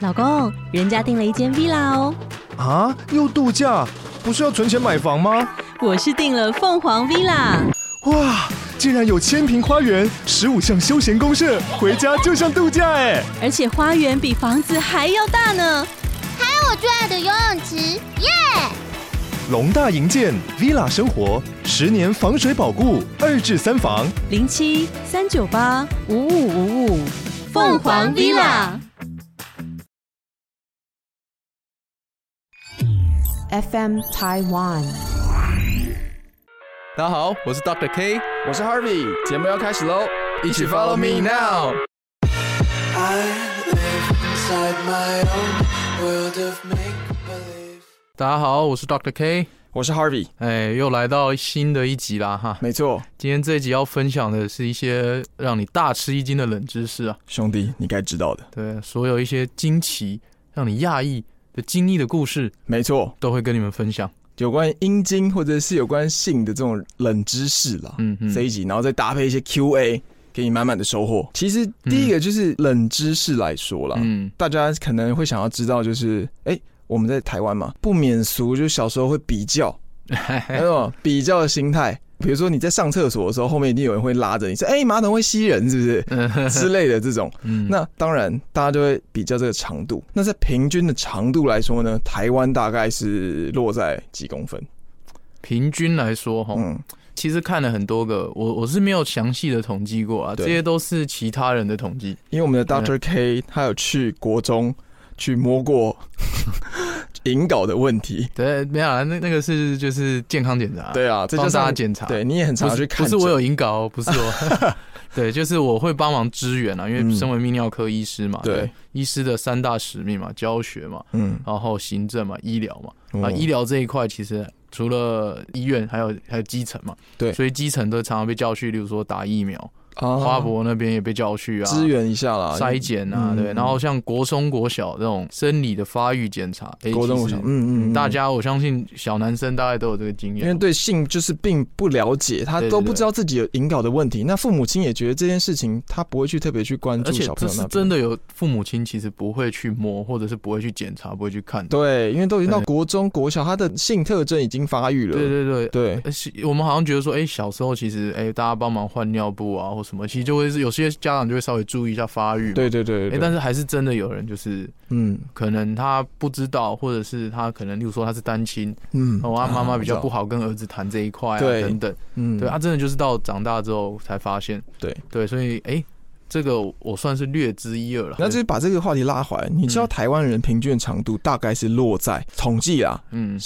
老公，人家订了一间 villa 哦。 啊，又度假？不是要存钱买房吗？ 我是订了凤凰 villa。 哇，竟然有1000坪花园，15项休闲公设，回家就像度假哎！ 而且花园比房子还要大呢。 还有我最爱的游泳池，耶！ 龙大营建 villa 生活，10年防水保固，2至3房 07-398-5555，凤凰 villa。FM Taiwan。 大家好，我是 Dr. K， 我是 Harvey， 节目要开始喽， 一起 follow me now。大家好，我是 Dr. K， 我是 Harvey， 又来到新的一集啦哈。 没错， 今天这一集要分享的是一些让你大吃一惊的冷知识啊， 兄弟，你该知道的。 对，所有一些惊奇、让你讶异的惊异的故事， 没错， 都会跟你们分享。 有关阴茎或者是有关性的这种冷知识啦，这一集，然后再搭配一些 Q&A， 给你满满的收获。其实第一个就是冷知识来说啦，大家可能会想要知道，就是我们在台湾嘛，不免俗，就小时候会比较，那种比较的心态。比如说你在上厕所的时候，后面一定有人会拉着你说：“马桶会吸人，是不是？”之类的这种。那当然，大家就会比较这个长度。那在平均的长度来说呢，台湾大概是落在几公分？ 平均来说，其实看了很多个，我是没有详细的统计过啊，这些都是其他人的统计。 因为我们的 Dr. K 他有去国中去摸过引睾的问题。 对，没有啦，那个是就是健康检查。 对啊，这帮大家检查。 对，你也很常去看。 不是我有引睾，不是我。对，就是我会帮忙支援啊，因为身为泌尿科医师嘛，对，医师的3大使命嘛，教学嘛，然后行政嘛，医疗嘛。医疗这一块其实除了医院，还有基层嘛，对，所以基层都常常被叫去，例如说打疫苗。花博那边也被叫去啊， 支援一下啦， 筛检啊，对，然后像国中国小这种生理的发育检查， 国中国小， 大家我相信小男生大概都有这个经验， 因为对性就是并不了解，他都不知道自己有引睾的问题，那父母亲也觉得这件事情他不会去特别去关注小朋友那边，而且这是真的有父母亲其实不会去摸，或者是不会去检查，不会去看， 对，因为都已经到国中国小，他的性特征已经发育了，对， 我们好像觉得说，小时候其实大家帮忙换尿布啊或什么，其实就会是。有些家长就会稍微注意一下发育，对，但是还是真的有人就是，可能他不知道，或者是他可能，例如说他是单亲，他妈妈比较不好跟儿子谈这一块啊，等等，对，他真的就是到长大之后才发现，对，所以这个我算是略知一二了。 那就是把这个话题拉回来，你知道台湾人平均的长度大概是落在统计啊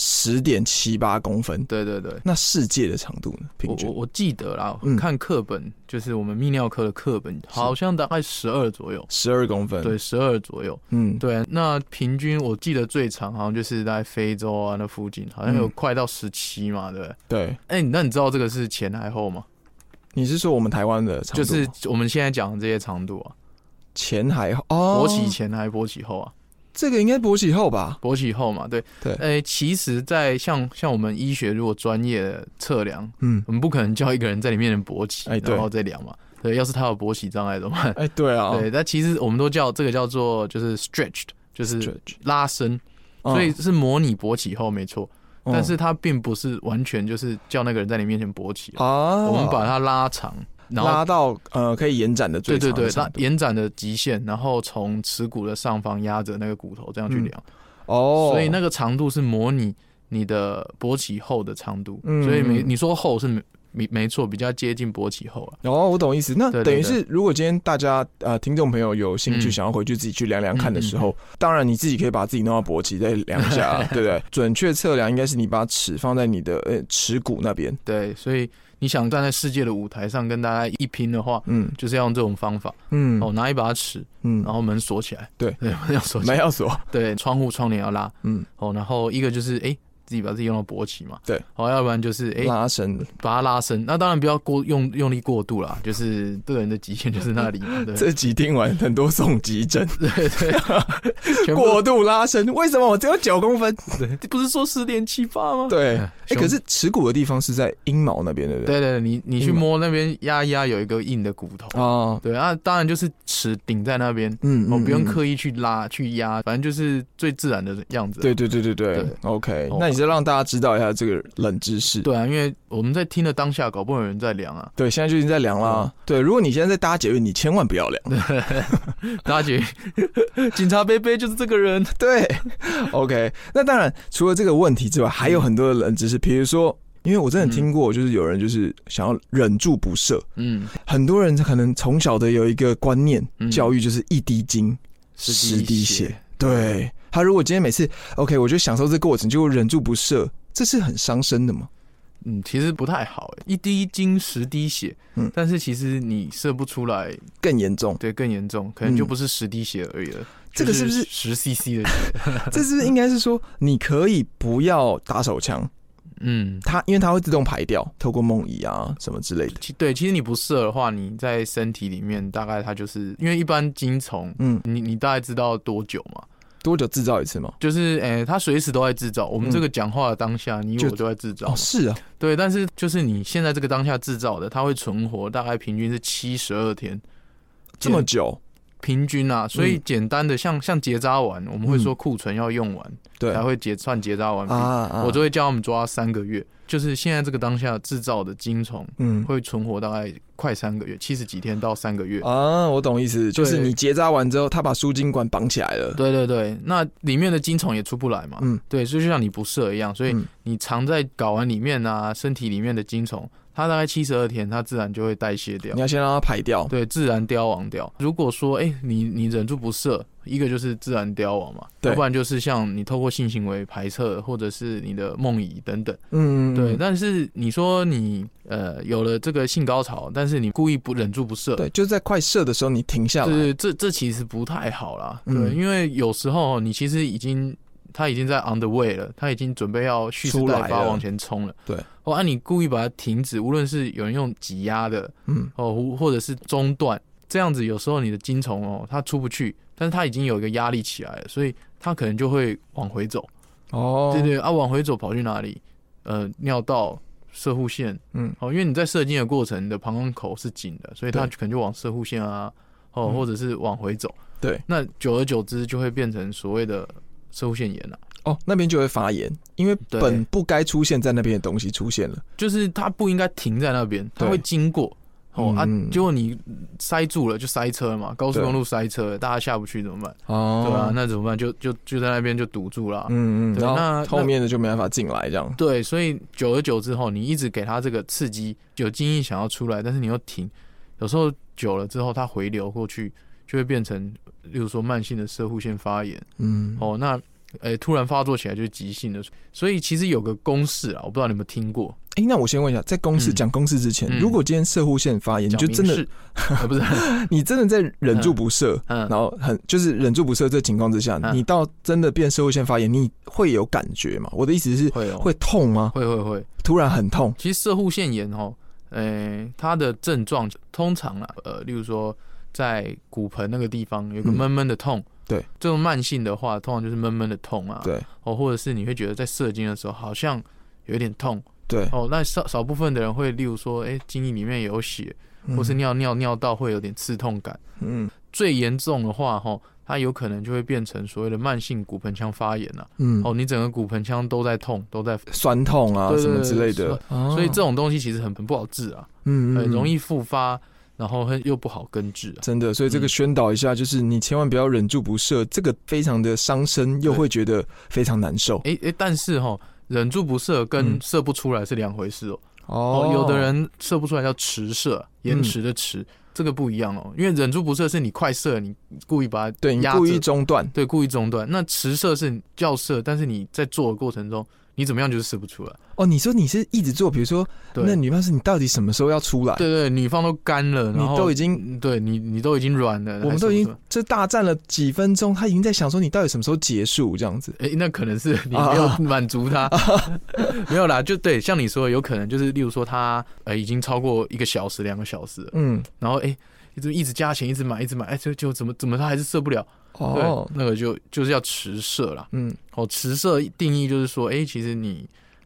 ，10.78公分。对。那世界的长度呢？平均我记得啦，看课本，就是我们泌尿科的课本，好像大概12左右，12 公分。 对，12左右。对。那平均我记得最长好像就是在非洲啊那附近，好像有快到17嘛，对不对？对。那你知道这个是前还后吗？ 你是说我们台湾的长度？ 就是我们现在讲的这些长度啊， 前还后， 勃起前还勃起后啊？ 这个应该勃起后吧？ 勃起后嘛，对。其实在像我们医学如果专业的测量，我们不可能叫一个人在你面前勃起，然后再量嘛。对，要是他有勃起障碍怎么办？ 对啊。 对，但其实我们都叫这个叫做就是 stretched， 就是拉伸，所以是模拟勃起后没错。但是它并不是完全就是叫那个人在你面前勃起我们把它拉长，然后拉到可以延展的最长的长度，对，延展的极限，然后从耻骨的上方压着那个骨头这样去量。所以那个长度是模拟你的勃起后的长度，所以你说后是没错，比较接近勃起后啊。 我懂意思。那等于是，如果今天大家听众朋友有兴趣想要回去自己去量量看的时候，当然你自己可以把自己弄到勃起再量一下，对不对？准确测量应该是你把尺放在你的耻骨那边。对， 所以你想站在世界的舞台上跟大家一拼的话，就是要用这种方法。拿一把尺，然后门锁起来。对，要锁起来， 门要锁。 对，窗帘要拉。然后一个就是自己把自己用到勃起嘛，对，要不然就是拉伸， 把它拉伸。那当然不要用力过度啦，就是个人的极限就是那里嘛。对， 这集听完很多送急诊，对，过度拉伸，为什么我只有9公分？ 对，不是说10.78吗？ 对， 可是耻骨的地方是在阴毛那边，对不对？ 对，你去摸那边压一压，有一个硬的骨头哦。对啊，当然就是齿顶在那边，不用刻意去拉去压，反正就是最自然的样子。 对 ，OK。那你就让大家知道一下这个冷知识。 对啊，因为我们在听的当下，搞不好有人在量啊。 对，现在就已经在量啦。对，如果你现在在搭捷运，你千万不要量。 搭捷运，警察贝贝就是这个人。 对 ，OK。那当然，除了这个问题之外，还有很多的冷知识，比如说，因为我真的听过，就是有人就是想要忍住不射，很多人可能从小的有一个观念教育，就是一滴精10滴血，对，他如果今天每次 OK， 我就享受这过程，就忍住不射，这是很伤身的吗？ 其实不太好，一滴精10滴血，但是其实你射不出来更严重， 对，更严重，可能就不是10滴血而已了。 这个是不是 10 CC 的血？ 这是不是应该是说，你可以不要打手枪？因为它会自动排掉，透过梦遗啊什么之类的。 对，其实你不射的话，你在身体里面大概它就是因为一般精虫，你大概知道多久吗？ 多久制造一次吗？ 就是它随时都在制造。我们这个讲话的当下，你我都在制造。 是啊， 对，但是就是你现在这个当下制造的，它会存活大概平均是72天， 这么久。 平均啊，所以简单的像结扎完，我们会说库存要用完，才会算结扎完毕。我就会叫他们抓3个月，就是现在这个当下制造的精虫，会存活大概快3个月，70几天到3个月啊。我懂意思，就是你结扎完之后，他把输精管绑起来了。 对，那里面的精虫也出不来嘛。对，所以就像你不射一样，所以你藏在睾丸里面啊，身体里面的精虫。它大概72天，它自然就会代谢掉。 你要先让它排掉， 对，自然凋亡掉。如果说，你忍住不射，一个就是自然凋亡嘛，要不然就是像你透过性行为排斥，或者是你的梦遗等等。对。但是你说你有了这个性高潮，但是你故意不忍住不射， 对，就在快射的时候你停下来， 对，这其实不太好啦。对，因为有时候你其实他已经在 on the way 了，他已经准备要蓄势待发往前冲了。 对， 你故意把它停止，无论是有人用挤压的，或者是中断，这样子有时候你的精虫它出不去，但是它已经有一个压力起来了，所以它可能就会往回走。对往回走跑去哪里？尿道、射护腺，因为你在射精的过程，你的膀胱口是紧的，所以它可能就往射护腺啊，或者是往回走。 对， 那久而久之就会变成所谓的射护腺炎了。 那边就会发炎，因为本不该出现在那边的东西出现了， 就是它不应该停在那边，它会经过。结果你塞住了，就塞车了嘛，高速公路塞车了，大家下不去怎么办？对啊，那怎么办？就在那边就堵住了。 那后面的就没办法进来，这样。 对，所以久而久之后，你一直给它这个刺激，有精液想要出来，但是你又停，有时候久了之后，它回流过去，就会变成，例如说慢性的射护腺发炎。那突然发作起来就是急性的，所以其实有个公式啊，我不知道你有没有听过。 那我先问一下，在讲公式之前，如果今天射护腺发炎，你就真的不是你真的在忍住不射，然后就是忍住不射这情况之下，你到真的变射护腺发炎，你会有感觉吗？我的意思是会痛吗？ 会， 突然很痛。 其实射护腺炎它的症状通常例如说在骨盆那个地方有个闷闷的痛。 对， 这种慢性的话，通常就是闷闷的痛啊。 对， 或者是你会觉得在射精的时候好像有一点痛。 对， 那少部分的人会，例如说，精液里面有血，或是尿道会有点刺痛感。最严重的话，它有可能就会变成所谓的慢性骨盆腔发炎了。你整个骨盆腔都在痛，都在酸痛啊，什么之类的。 所以这种东西其实很不好治啊，很容易复发。然后又不好根治真的，所以这个宣导一下，就是你千万不要忍住不射，这个非常的伤身，又会觉得非常难受。 但是忍住不射跟射不出来是两回事有的人射不出来叫迟射，延迟的迟，这个不一样因为忍住不射是你快射，你故意把它压着， 你故意中断， 对，故意中断。那迟射是你叫射，但是你在做的过程中，你怎么样就是射不出来。 你说你是一直做，比如说那女方是你到底什么时候要出来？ 对，女方都干了，然后你都已经对你都已经软了， 我们都已经这大战了几分钟，他已经在想说你到底什么时候结束这样子。 那可能是你没有满足他，没有啦，就对，像你说的，有可能就是例如说他已经超过1个小时、2个小时了，然后一直加钱，一直买，就怎么他还是射不了。对，那个就是要迟射啦。迟射定义就是说，其实你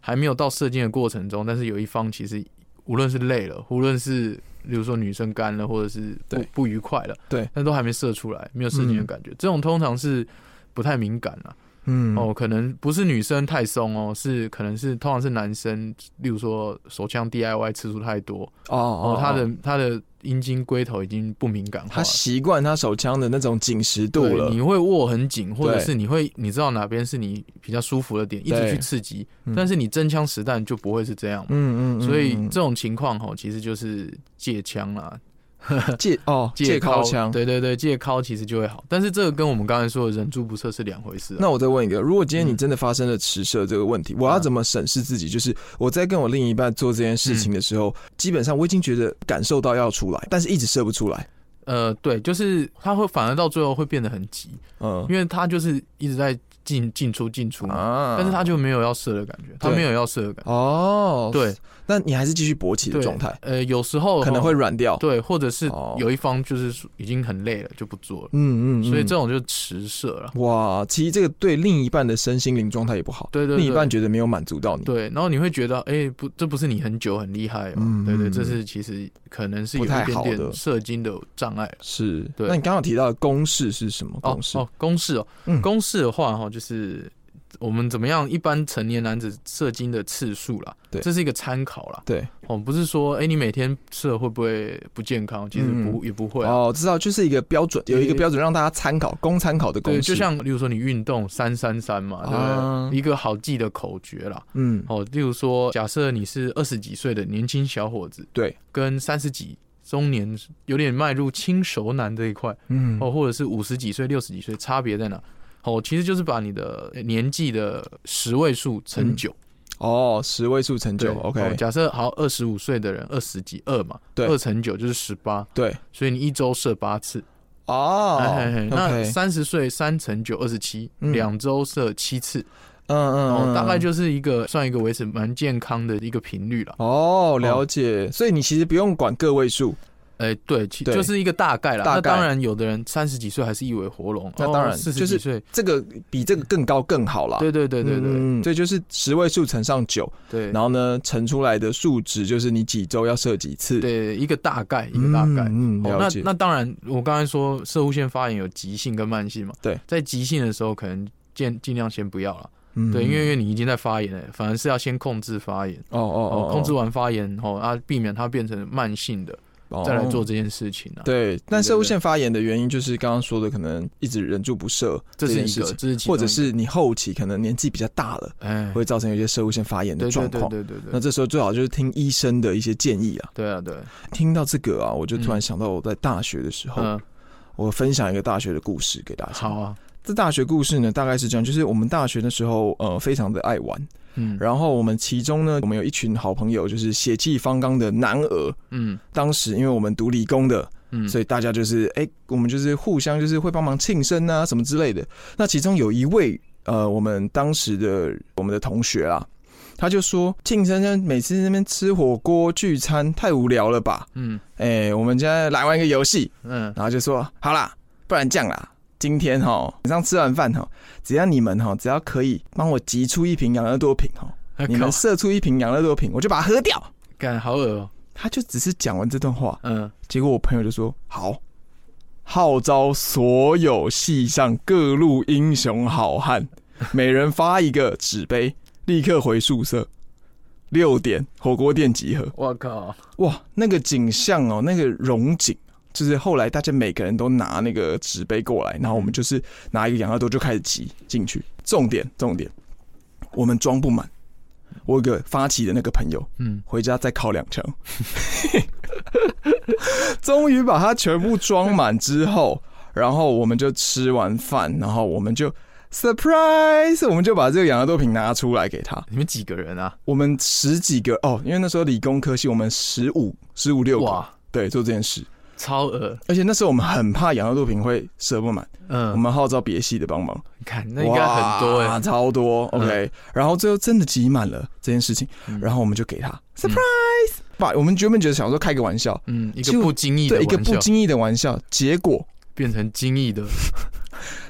还没有到射精的过程中，但是有一方其实无论是累了，无论是比如说女生干了，或者是不愉快了， 对， 但都还没射出来，没有射精的感觉，这种通常是不太敏感啦。可能不是女生太松哦，可能是通常是男生，例如说手枪 DIY 次数太多他的阴茎龟头已经不敏感化了， 他习惯他手枪的那种紧实度了。 你会握很紧，或者是你知道哪边是你比较舒服的点，一直去刺激。但是你真枪实弹就不会是这样嘛。所以这种情况其实就是借枪啦。 借靠枪， 对对对，借靠其实就会好，但是这个跟我们刚才说的忍住不射是两回事。 那我再问一个，如果今天你真的发生了迟射这个问题，我要怎么审视自己？就是我在跟我另一半做这件事情的时候，基本上我已经觉得感受到要出来，但是一直射不出来。 对，就是他会反而到最后会变得很急，因为他就是一直在进出，但是他就没有要射的感觉，他没有要射的感觉。对。 那你还是继续勃起的状态， 有时候可能会软掉， 对，或者是有一方就是已经很累了就不做了，所以这种就是迟射了。 哇，其实这个对另一半的身心灵状态也不好，对，另一半觉得没有满足到你， 对，然后你会觉得，这不是你很久很厉害哦，对，这是其实可能是有一点点射精的障碍， 是。对，那你刚刚提到的公式是什么？ 公式公式的话就是。我们怎么样？一般成年男子射精的次数啦，对，这是一个参考啦。 对， 不是说你每天射会不会不健康？其实也不会。 知道，就是一个标准，有一个标准让大家参考，供参考的公式。 对，就像例如说你运动333嘛，对不对？一个好记的口诀啦。例如说，假设你是20几岁的年轻小伙子，对，跟30几中年有点迈入轻熟男这一块，或者是50几岁、60几岁，差别在哪？其实就是把你的年纪的10位数乘9。 10位数乘9 ，OK。 假设好25岁的人20几2嘛，对，2乘9就是18，对，所以你一周射8次。那30岁3乘9 27，2周射7次。大概就是算一个维持蛮健康的一个频率了。 了解。所以你其实不用管个位数。 对，就是一个大概啦。那当然，有的人30几岁还是一尾活龙， 那当然 40几岁这个比这个更高更好啦。 对， 所以就是10位数乘上9，对，然后呢乘出来的数值就是你几周要射几次， 对，一个大概。了解。那当然，我刚才说射护腺发炎有急性跟慢性嘛，对，在急性的时候可能尽量先不要了。对，因为你已经在发炎了，反而是要先控制发炎。控制完发炎后，避免它变成慢性的。再来做这件事情对，但射护腺发炎的原因就是刚刚说的，可能一直忍住不射，这是一个，或者是你后期可能年纪比较大了，会造成有些射护腺发炎的状况。对。那这时候最好就是听医生的一些建议啊。对。听到这个我就突然想到我在大学的时候，我分享一个大学的故事给大家。好啊。这大学故事呢，大概是这样，就是我们大学的时候，非常的爱玩。然后我们其中呢，我们有一群好朋友，就是血气方刚的男儿。当时因为我们读理工的，所以大家就是我们就是互相就是会帮忙庆生啊什么之类的。那其中有一位我们当时的我们的同学啦，他就说庆生每次那边吃火锅聚餐太无聊了吧？我们现在来玩一个游戏。然后就说好啦，不然这样啦。今天晚上吃完饭只要你们只要可以帮我集出一瓶养乐多瓶你们射出一瓶养乐多瓶，我就把它喝掉。 干，好恶哦！ 他就只是讲完这段话，结果我朋友就说好，号召所有系上各路英雄好汉，每人发一个纸杯，立刻回宿舍，6点火锅店集合。 我靠！ 哇，那个景象那个荣景。就是后来大家每个人都拿那个纸杯过来，然后我们就是拿一个养乐多就开始挤进去。重点，我们装不满。我有个发起的那个朋友，回家再烤2枪，终于把它全部装满之后，然后我们就吃完饭，然后我们就 surprise， 我们就把这个养乐多瓶拿出来给他。 你们几个人啊？ 我们10几个因为那时候理工科系，我们15、16个，哇，对，做这件事。 超恶， 而且那时候我们很怕养乐多瓶会射不满，我们号召别系的帮忙。 看那应该很多超多 ，OK，然后最后真的挤满了这件事情，然后我们就给他 surprise，我们原本觉得想说开个玩笑， 一个不经意的玩笑， 对，一个不经意的玩笑，结果变成惊异的，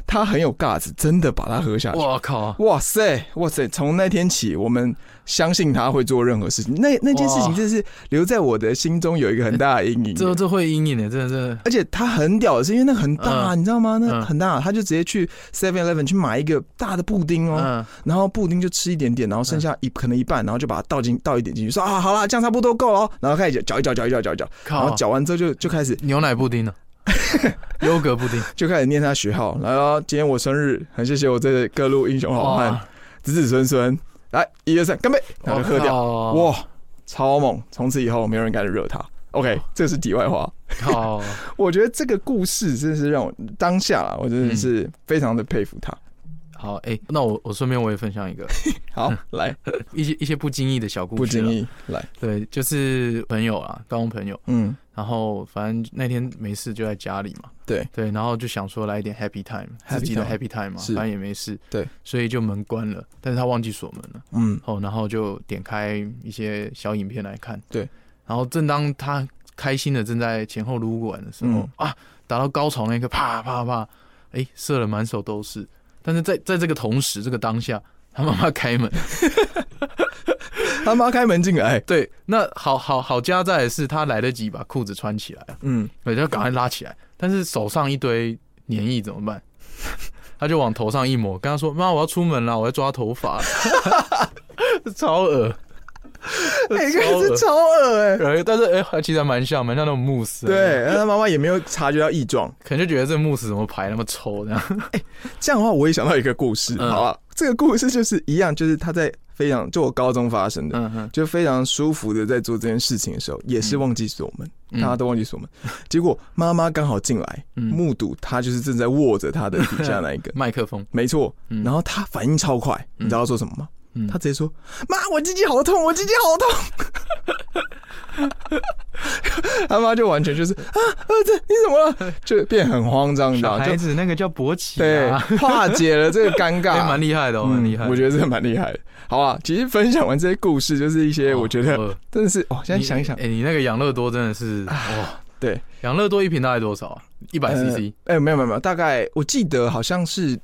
他很有尬子，真的把它喝下去。 哇靠！ 哇塞！从那天起，我们相信他会做任何事情。那件事情真是留在我的心中有一个很大的阴影。 这会阴影的，真的。 而且他很屌的是，因为那很大，你知道吗？那很大，他就直接去 7-Eleven 去买一个大的布丁哦，然后布丁就吃一点点，然后剩下可能一半，然后就把它倒一点进去，说啊好啦，这样差不多够了，然后开始搅一搅，然后搅完之后就开始牛奶布丁了。优格布丁就开始念他学号，来咯，今天我生日，很谢谢我这各路英雄好汉，子子孙孙，来1、2、3，干杯，然后就喝掉，哇，超猛！从此以后没有人敢惹他。OK， 这是题外话。好，我觉得这个故事真的是让我当下啦，我真的是非常的佩服他。 好，那我顺便我也分享一个， 好，来一些不经意的小故事， 不经意来， 对，就是朋友啊，高中朋友，然后反正那天没事就在家里嘛， 对， 然后就想说来一点 happy time， 自己的 happy time 嘛，反正也没事， 对， 所以就门关了，但是他忘记锁门了，然后就点开一些小影片来看，对，然后正当他开心的正在前后撸管的时候，打到高潮那一刻，啪啪啪，射了满手都是。但是在这个同时，这个当下，他妈妈开门， 他妈开门进来， 对，那好加在的是他来得及把裤子穿起来，对，就赶快拉起来，但是手上一堆黏液怎么办？他就往头上一抹，跟他说：“妈，我要出门了，我要抓头发。”超恶。 是超恶但是其实还蛮像那种慕斯。 对，他妈妈也没有察觉到异状， 可能就觉得这慕斯怎么排那么臭这样。 这样的话，我也想到一个故事，好吧？这个故事就是一样，就是他在非常就我高中发生的，就非常舒服的在做这件事情的时候，也是忘记锁门，大家都忘记锁门，结果妈妈刚好进来，目睹他就是正在握着他的底下那一个麦克风， 没错，然后他反应超快，你知道他说什么吗？他直接说：“妈，我鸡鸡好痛，我鸡鸡好痛。”他妈就完全就是儿子你怎么了？就变很慌张，你知道吗？ 小孩子那个叫勃起， 对，化解了这个尴尬， 蛮厉害的，蛮厉害。 我觉得这个蛮厉害的。好啊，其实分享完这些故事，就是一些我觉得真的是现在想一想， 你那个养乐多真的是对， 养乐多一瓶大概多少啊？100cc？ 没有，大概我记得好像是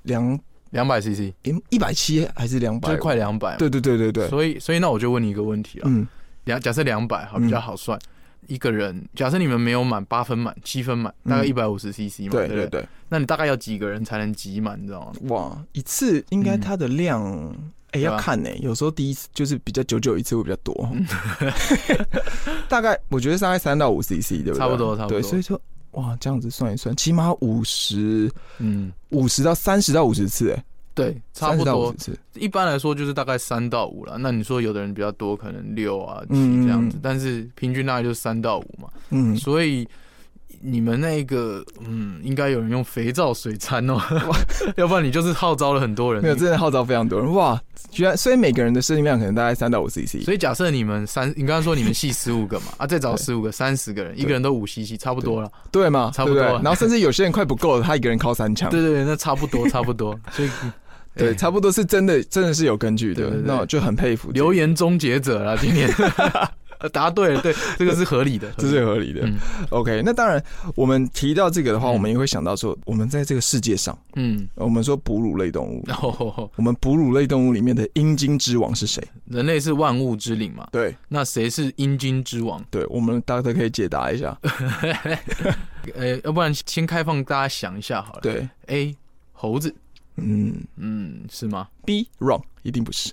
200cc， 170还是200， 就快200。 对。 所以那我就问你一个问题了，假设200好比较好算，一个人假设你们没有满8分满7分满，大概150cc 嘛，对。那你大概要几个人才能挤满，你知道吗？ 哇，一次应该它的量，要看有时候第一次就是比较久一次会比较多，大概我觉得大概3到5cc， 对不对？ 差不多。 对，所以说。哇，这样子算一算，起码50到30到50次， 对，差不多。一般来说就是大概3到5啦。那你说有的人比较多，可能6啊7这样子，但是平均大概就是3到5嘛。所以你们那个应该有人用肥皂水餐哦，要不然你就是号召了很多人。 没有，真的号召非常多人。哇，居然所以每个人的摄取量可能大概3到5cc。 所以假设你刚刚说你们系15个嘛，再找15个30个人，一个人都5cc， 差不多了。 对嘛， 差不多。 然后甚至有些人快不够了，他一个人靠3枪。 对，那差不多。所以对，差不多是真的是有根据的。那我就很佩服。 留言终结者啦，今天。答对了，对，这个是合理的， 这是合理的。OK， 那当然，我们提到这个的话，我们也会想到说，我们在这个世界上，我们说哺乳类动物，我们哺乳类动物里面的阴茎之王是谁？ 人类是万物之灵嘛？ 对， 那谁是阴茎之王？ 对，我们大家可以解答一下。 要不然先开放大家想一下好了。 对 ，A 猴子，是吗 ？B wrong， 一定不是。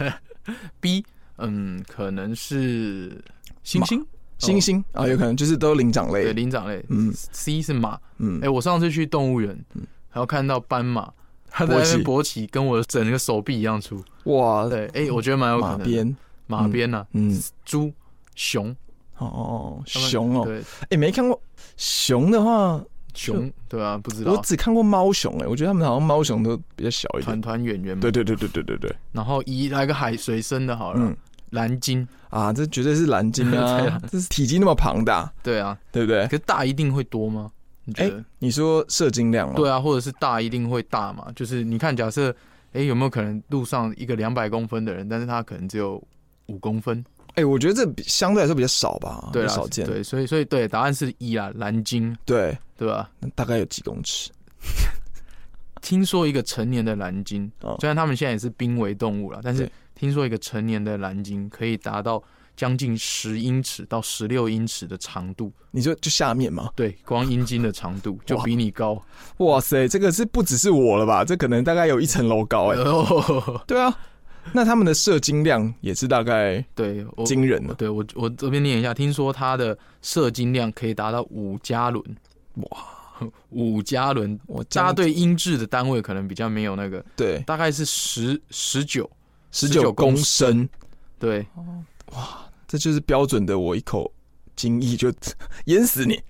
B。可能是猩猩啊，有可能就是都灵长类。 对，灵长类。C 是马。我上次去动物园，还有看到斑马，它在那边勃起，跟我整个手臂一样粗。哇，对，我觉得蛮有可能。马鞭啊，猪、熊。 熊哦。 对， 没看过熊的话。 熊对啊，不知道。 我只看过猫熊我觉得他们好像猫熊都比较小一点， 团团圆圆。 对。 然后来个海水生的好了，蓝鲸啊，这绝对是蓝鲸啊，这是体积那么庞大。 对啊， 对不对？ 可是大一定会多吗？你觉得？ 你说射精量吗？ 对啊，或者是大一定会大嘛？就是你看，假设有没有可能路上一个200公分的人，但是他可能只有5公分？ 我觉得这相对来说比较少吧， 对， 少见。 对，所以对，答案是1啦，蓝鲸。 对吧？ 那大概有几公尺？ 听说一个成年的蓝鲸，虽然他们现在也是濒危动物了，但是听说一个成年的蓝鲸可以达到将近10英尺到16英尺的长度。 你说就下面吗？ 对，光阴茎的长度就比你高。 哇塞，这个是不只是我了吧？这可能大概有1层楼高对啊，那他们的射精量也是大概惊人了。 对，我这边念一下，听说它的射精量可以达到5加仑。哇，5加仑，大家对英制的单位可能比较没有那个，对，大概是19公升。对， 哇，这就是标准的，我一口精液就淹死你。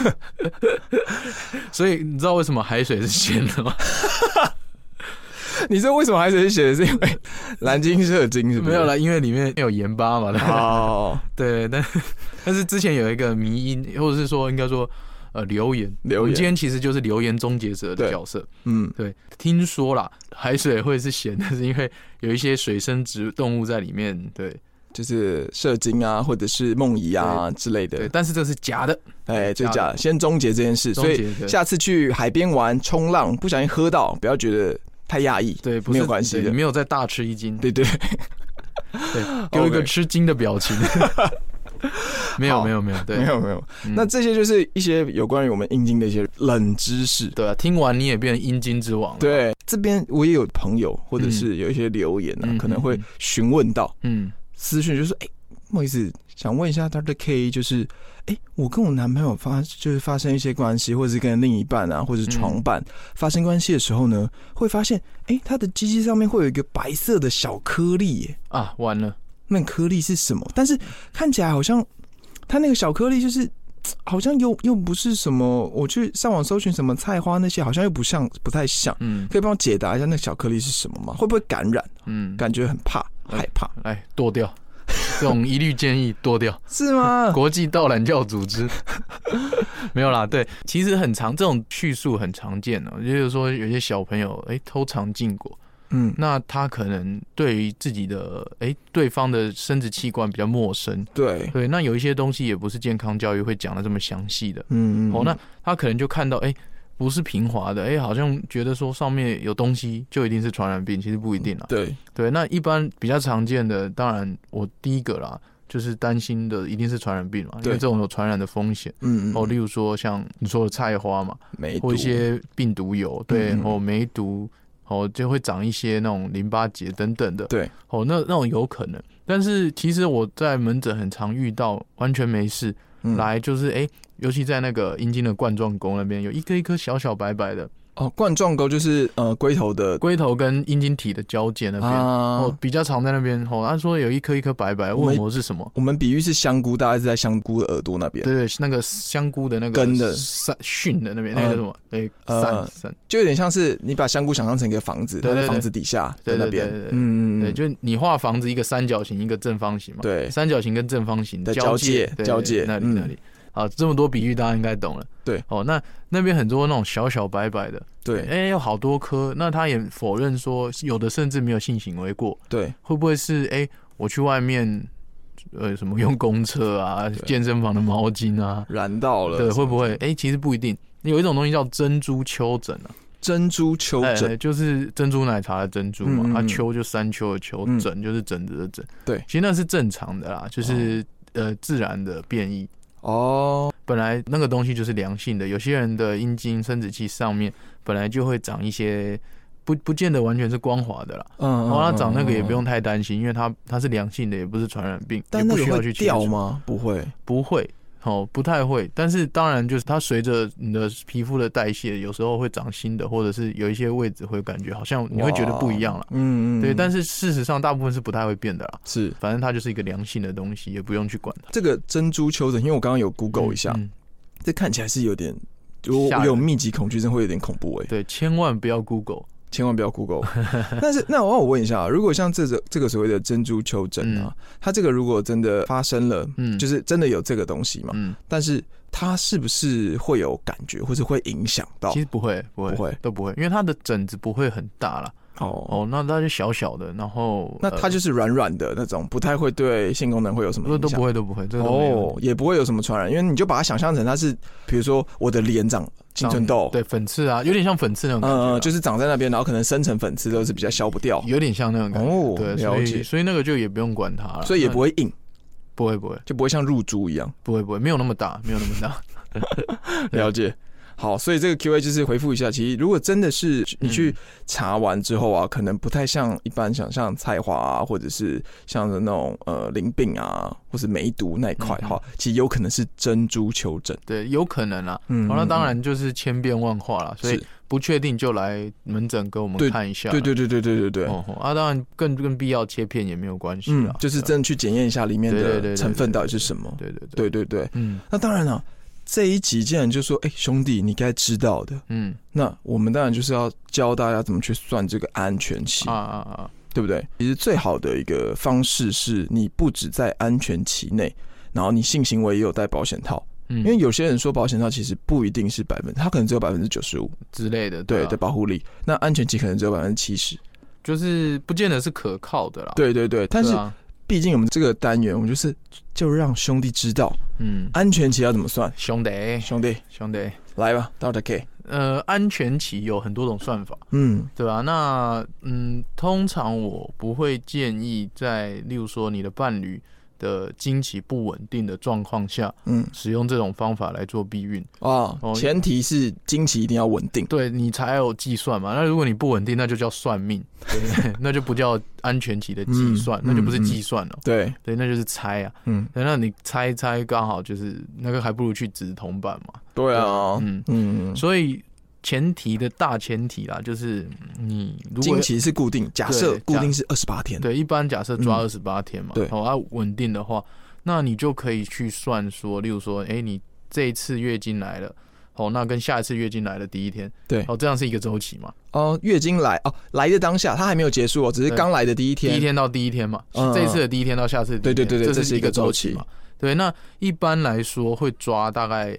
所以你知道为什么海水是咸的吗？ 你知道为什么海水是咸的？是因为蓝鲸射精，是不是？ 没有啦，因为里面有盐巴嘛。哦，对，但是之前有一个迷因，或者是说应该说留言，我们今天其实就是留言终结者的角色。对，听说啦，海水会是咸的，是因为有一些水生植动物在里面，对， 就是射精啊，或者是梦遗啊之类的。 对，但是这是假的， 这是假的。先终结这件事，所以下次去海边玩冲浪，不小心喝到，不要觉得太讶异，对， 没有关系的， 你没有再大吃一惊， 对， 给我一个吃惊的表情。没有，对， 没有。那这些就是一些有关于我们阴茎的一些冷知识。 对啊，听完你也变成阴茎之王了。 对，这边我也有朋友或者是有一些留言可能会询问到，私讯就说，不好意思，想问一下Dr. K， 就是，我跟我男朋友发生一些关系，或者是跟另一半啊，或者是床伴发生关系的时候呢，会发现，他的鸡鸡上面会有一个白色的小颗粒耶。 啊，完了。 那颗粒是什么？但是看起来好像它那个小颗粒就是好像又不是什么，我去上网搜寻什么菜花那些，好像又不太像。可以帮我解答一下那小颗粒是什么吗？会不会感染？感觉很害怕。 来剁掉，这种一律建议剁掉。 是吗？ 国际盗懒教组织没有啦。对，其实很常这种叙述很常见的，就是说有些小朋友偷尝禁果。那他可能对于自己的对方的生殖器官比较陌生，对，那有一些东西也不是健康教育会讲的这么详细的，那他可能就看到不是平滑的，好像觉得说上面有东西就一定是传染病，其实不一定啦。对，那一般比较常见的，当然我第一个啦，就是担心的一定是传染病嘛，因为这种有传染的风险。例如说像你说的菜花嘛，或一些病毒疣，对，梅毒。就会长一些那种淋巴结等等的，对，那种有可能，但是其实我在门诊很常遇到完全没事，来就是尤其在那个阴茎的冠状沟那边有一颗一颗小小白白的。 冠状沟就是龟头跟阴茎体的交界那边，比较常在那边。他说有一颗一颗白白，问我是什么？ 我们比喻是香菇，大概是在香菇的耳朵那边。 对，那个香菇的那个根的蕈的那边，那个什么？ 伞，就有点像是你把香菇想象成一个房子，它在房子底下在那边。 对，就你画房子一个三角形，一个正方形嘛。对，三角形跟正方形的交界那里。好，这么多比喻大家应该懂了。对，那边很多那种小小白白的，对，有好多颗。那他也否认说，有的甚至没有性行为过。对，会不会是我去外面什么用公车啊、健身房的毛巾啊染到了？ 对，会不会？其实不一定。有一种东西叫珍珠丘疹啊。 珍珠丘疹就是珍珠奶茶的珍珠嘛，丘就山丘的丘，疹就是疹子的疹。对，其实那是正常的啦，就是自然的变异。本来那个东西就是良性的，有些人的阴茎生殖器上面本来就会长一些不见得完全是光滑的啦。它长那个也不用太担心，因为它是良性的，也不是传染病， 但那个会掉吗？不会。不太会，但是当然就是它随着你的皮肤的代谢，有时候会长新的，或者是有一些位置会感觉好像你会觉得不一样了。对，但是事实上大部分是不太会变的啦。是，反正它就是一个良性的东西，也不用去管它。 这个珍珠丘疹，因为我刚刚有 Google 一下，这看起来是有点，如果有密集恐惧症会有点恐怖对，千万不要 Google。 千万不要 Google。但是，那我问一下，如果像这个所谓的珍珠丘疹啊，它这个如果真的发生了，就是真的有这个东西嘛，但是它是不是会有感觉，或者会影响到？ 其实不会，都不会，因为它的疹子不会很大啦。 那它就小小的，然后那它就是软软的那种，不太会对性功能会有什么影响？ 都不会，这个都没有也不会有什么传染，因为你就把它想象成它是，比如说我的脸长青春痘， 对，粉刺啊，有点像粉刺那种感觉， 就是长在那边，然后可能深层粉刺都是比较消不掉， 有点像那种感觉，对， 了解， 所以那个就也不用管它了， 所以也不会硬， 不会， 就不会像入珠一样， 不会，没有那么大， 了解。好，所以这个 Q&A 就是回复一下，其实如果真的是你去查完之后啊，可能不太像一般像菜花啊，或者是像那种淋病啊，或是梅毒那一块哈，其实有可能是珍珠球疹。 对，有可能啦。那当然就是千变万化啦，所以不确定就来门诊给我们看一下。 对。 当然更必要切片也没有关系啦。 就是真的去检验一下里面的成分到底是什么。对。那当然了。这一集既然就说，兄弟，你该知道的，那我们当然就是要教大家怎么去算这个安全期对不对？其实最好的一个方式是你不只在安全期内，然后你性行为也有戴保险套，因为有些人说保险套其实不一定是它可能只有95% 之类的， 对的保护力，那安全期可能只有70%， 就是不见得是可靠的啦。 对，但是。毕竟我们这个单元，我们就让兄弟知道，安全期要怎么算。 兄弟， 来吧，到底 K。 安全期有很多种算法，对吧？那通常我不会建议在，例如说你的伴侣的经期不稳定的状况下，使用这种方法来做避孕前提是经期一定要稳定， 对你才有计算嘛。那如果你不稳定，那就叫算命，对不对？那就不叫安全期的计算，那就不是计算了。对，那就是猜啊。那你猜一猜，刚好就是那个，还不如去指铜板嘛。 对啊， 所以。大前提啦，就是你如果经期是固定，假设固定是28天， 对，一般假设抓28天嘛，对，要稳定的话，那你就可以去算说，例如说，你这一次月经来了，那跟下一次月经来的第一天，对，这样是一个周期嘛？ 月经来的当下，它还没有结束只是刚来的第一天， 第一天到第一天嘛，这一次的第一天到下次的第一天，对，这是一个周期嘛？对，那一般来说会抓大概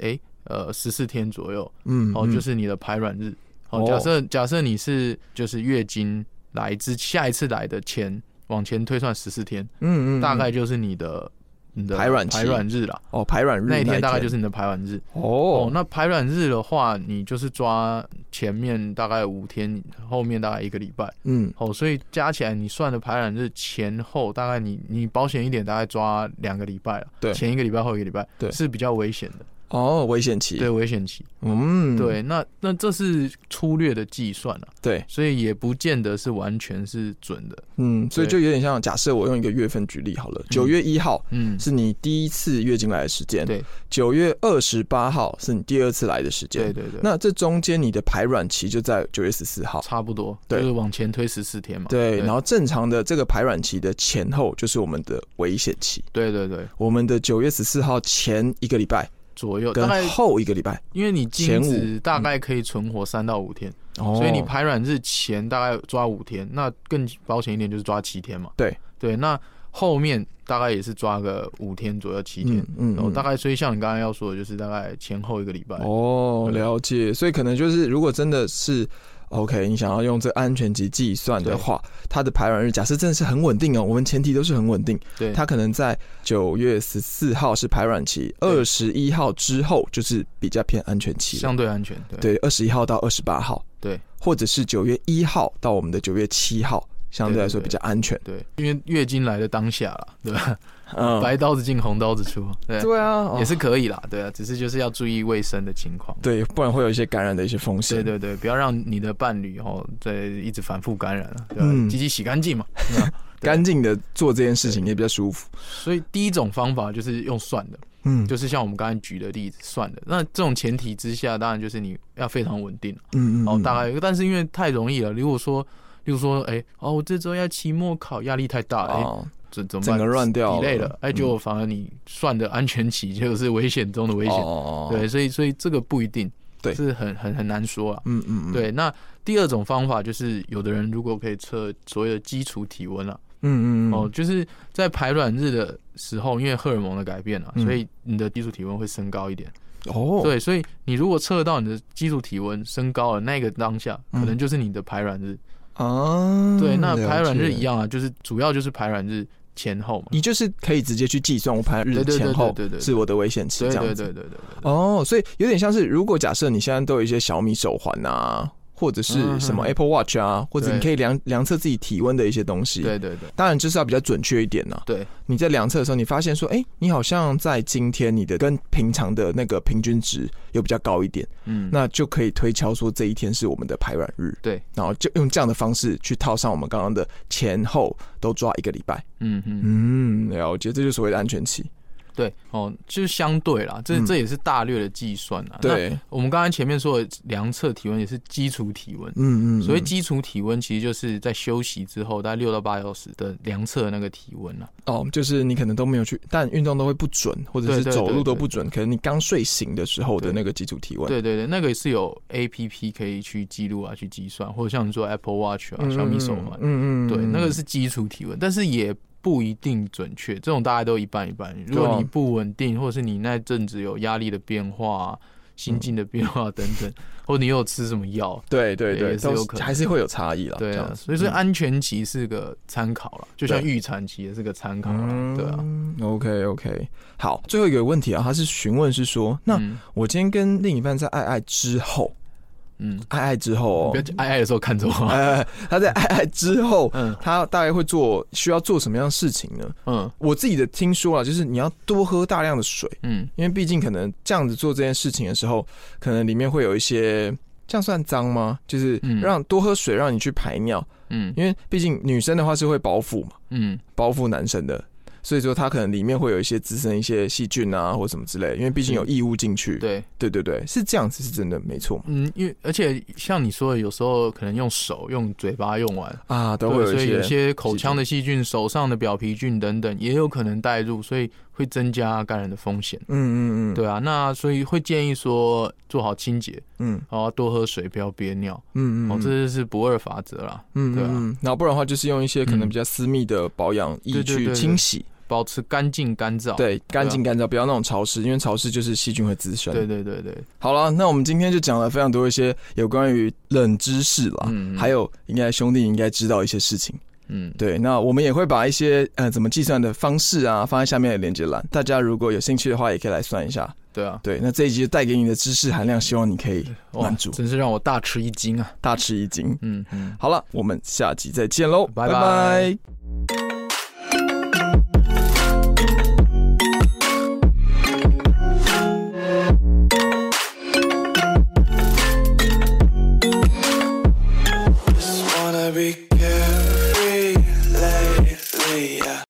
14天左右，就是你的排卵日。假设你是就是月经来下一次来的往前推算14天，大概就是你的排卵日啦。 排卵日那一天大概就是你的排卵日。那排卵日的话，你就是抓前面大概5天，后面大概1个礼拜。所以加起来你算的排卵日前后大概你保险一点，大概抓2个礼拜了。对，前1个礼拜后1个礼拜，对，是比较危险的。 危险期， 对，危险期，对，那这是粗略的计算了，对，所以也不见得是完全是准的， 所以就有点像，假设我用一个月份举例好了，9月1号，是你第一次月经来的时间，对，9月28号是你第2次来的时间，对，那这中间你的排卵期就在9月14号， 差不多，对，就是往前推14天嘛， 对，然后正常的这个排卵期的前后就是我们的危险期， 对， 我们的9月14号前1个礼拜。 左右， 大概后1个礼拜， 因为你精子大概可以存活3到5天，所以你排卵日前大概抓5天，那更保险一点就是抓7天嘛。对，那后面大概也是抓个5天左右7天，然后大概，所以像你刚才要说的，就是大概前后1个礼拜。 了解，所以可能就是如果真的是。OK， 你想要用这安全期计算的话，它的排卵日假设真的是很稳定我们前提都是很稳定。对，它可能在9月14号是排卵期，21号之后就是比较偏安全期， 相对安全。 对，21号到28号，对，或者是9月1号到我们的9月7号，相对来说比较安全。 对，因为月经来的当下啦，对吧？白刀子进红刀子出， 对啊， 也是可以啦，对啊，只是就是要注意卫生的情况， 对，不然会有一些感染的一些风险， 对，不要让你的伴侣在一直反复感染了，对吧？鸡鸡洗干净嘛， 干净的做这件事情也比较舒服。 所以第一种方法就是用算的，就是像我们刚才举的例子算的。那这种前提之下，当然就是你要非常稳定，大概，但是因为太容易了，如果说，我这周要期末考，压力太大了，怎么办？ 整个乱掉了，累了，就反而你算的安全期就是危险中的危险，对，所以这个不一定，对，是很难说啊，对。那第二种方法就是有的人如果可以测所谓的基础体温啊，就是在排卵日的时候，因为荷尔蒙的改变啊，所以你的基础体温会升高一点。对，所以你如果测到你的基础体温升高了，那个当下可能就是你的排卵日。 啊。对，那排卵日一样啊，就是主要就是排卵日前后嘛， 你就是可以直接去计算我排卵日前后是我的危险期，这样子。对。哦，所以有点像是，如果假设你现在都有一些小米手环啊，或者是什么 Apple Watch 啊，或者你可以量测自己体温的一些东西。对。当然就是要比较准确一点呐。对。你在量测的时候，你发现说，你好像在今天你的跟平常的那个平均值有比较高一点，那就可以推敲说这一天是我们的排卵日。对。然后就用这样的方式去套上我们刚刚的前后都抓1个礼拜。了解，这就是所谓的安全期。 对哦，就是相对啦，这也是大略的计算啦。对，我们刚才前面说的量测体温也是基础体温。所以基础体温其实就是在休息之后大概6到8小时的量测的那个体温啦。 哦，就是你可能都没有去，但运动都会不准，或者是走路都不准，可能你刚睡醒的时候的那个基础体温。对，那个是有 APP 可以去记录啊，去计算，或者像你说 Apple Watch 啊、小米手环，对，那个是基础体温，但是也不一定准确，这种大概都一半一半。如果你不稳定，或者是你那阵子有压力的变化、心境的变化等等，或者你有吃什么药，对，也是有可能，还是会有差异啦。 对啊，所以说安全期是个参考啦，就像预产期也是个参考啦。对啊。 OK， 好，最后一个问题啊，他是询问是说，那我今天跟另一半在爱之后。爱之后， 不要爱的时候看着我。 他在爱之后，他大概会需要做什么样的事情呢？我自己的听说啊，就是你要多喝大量的水。因为毕竟可能这样子做这件事情的时候，可能里面会有一些，这样算脏吗？就是让多喝水，让你去排尿。因为毕竟女生的话是会包覆嘛，包覆男生的。所以说它可能里面会有一些滋生一些细菌啊或什么之类的，因为毕竟有异物进去。对，是这样子，是真的没错。 因为而且像你说的，有时候可能用手、用嘴巴用完啊，都会有一些， 所以有些口腔的细菌、手上的表皮菌等等，也有可能带入，所以会增加感染的风险。对啊，那所以会建议说做好清洁，然后多喝水，不要憋尿。这就是不二法则啦。对啊， 然后不然的话就是用一些可能比较私密的保养液去清洗。 保持干净干燥， 对，干净干燥，不要那种潮湿，因为潮湿就是细菌会滋生。 对。 好了，那我们今天就讲了非常多一些有关于冷知识啦，还有应该兄弟应该知道一些事情。对，那我们也会把一些怎么计算的方式啊放在下面的连结栏，大家如果有兴趣的话，也可以来算一下。 对啊， 对，那这一集就带给你的知识含量，希望你可以满足。 真是让我大吃一惊啊！ 大吃一惊。好了，我们下集再见喽，拜拜。